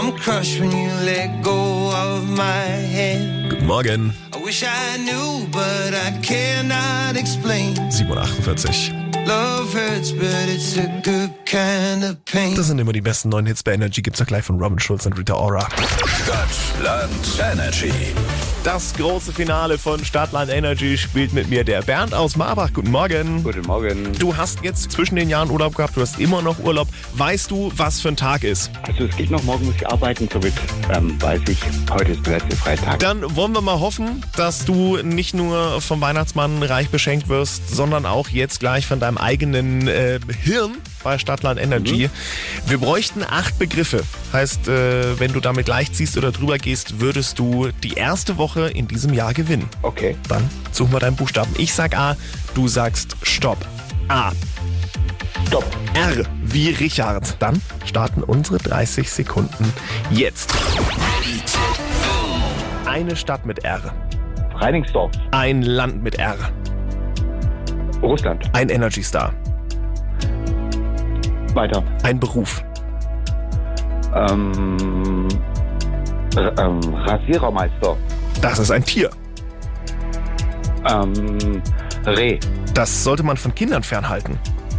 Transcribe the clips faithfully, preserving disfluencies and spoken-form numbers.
I'm crushed when you let go of my hand. Guten Morgen. I wish I knew, but I cannot explain. sieben Uhr achtundvierzig. Love hurts, but it's a good kind of pain. Das sind immer die besten neuen Hits bei Energy. Gibt's ja gleich von Robin Schulz und Rita Ora. Stadtland Energy. Das große Finale von Stadtland Energy spielt mit mir der Bernd aus Marbach. Guten Morgen. Guten Morgen. Du hast jetzt zwischen den Jahren Urlaub gehabt, du hast immer noch Urlaub. Weißt du, was für ein Tag ist? Also es geht noch, morgen muss ich arbeiten, somit ähm, weiß ich, heute ist der letzte Freitag. Dann wollen wir mal hoffen, dass du nicht nur vom Weihnachtsmann reich beschenkt wirst, sondern auch jetzt gleich von deinem eigenen äh, Hirn bei Stadtland Energy. Mhm. Wir bräuchten acht Begriffe. Heißt, äh, wenn du damit gleichziehst oder drüber gehst, würdest du die erste Woche in diesem Jahr gewinnen. Okay. Dann suchen wir deinen Buchstaben. Ich sag A, du sagst Stopp. A. Stopp. R wie Richard. Dann starten unsere dreißig Sekunden jetzt. Eine Stadt mit R. Reiningsdorf. Ein Land mit R. Russland. Ein Energy Star. Weiter. Ein Beruf. Ähm, R- ähm, Rasierermeister. Das ist ein Tier. Ähm, Reh. Das sollte man von Kindern fernhalten.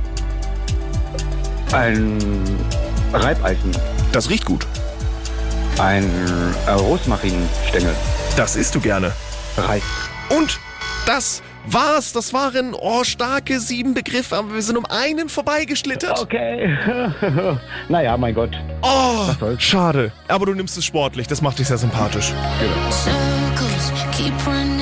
Ein Reibeisen. Das riecht gut. Ein äh, Rosmarinstängel. Das isst du gerne. Reis. Und das war's. Das waren oh, starke sieben Begriffe, aber wir sind um einen vorbeigeschlittert. Okay. Naja, mein Gott. Oh, Was soll's? schade. Aber du nimmst es sportlich. Das macht dich sehr sympathisch. Genau. Circles keep running.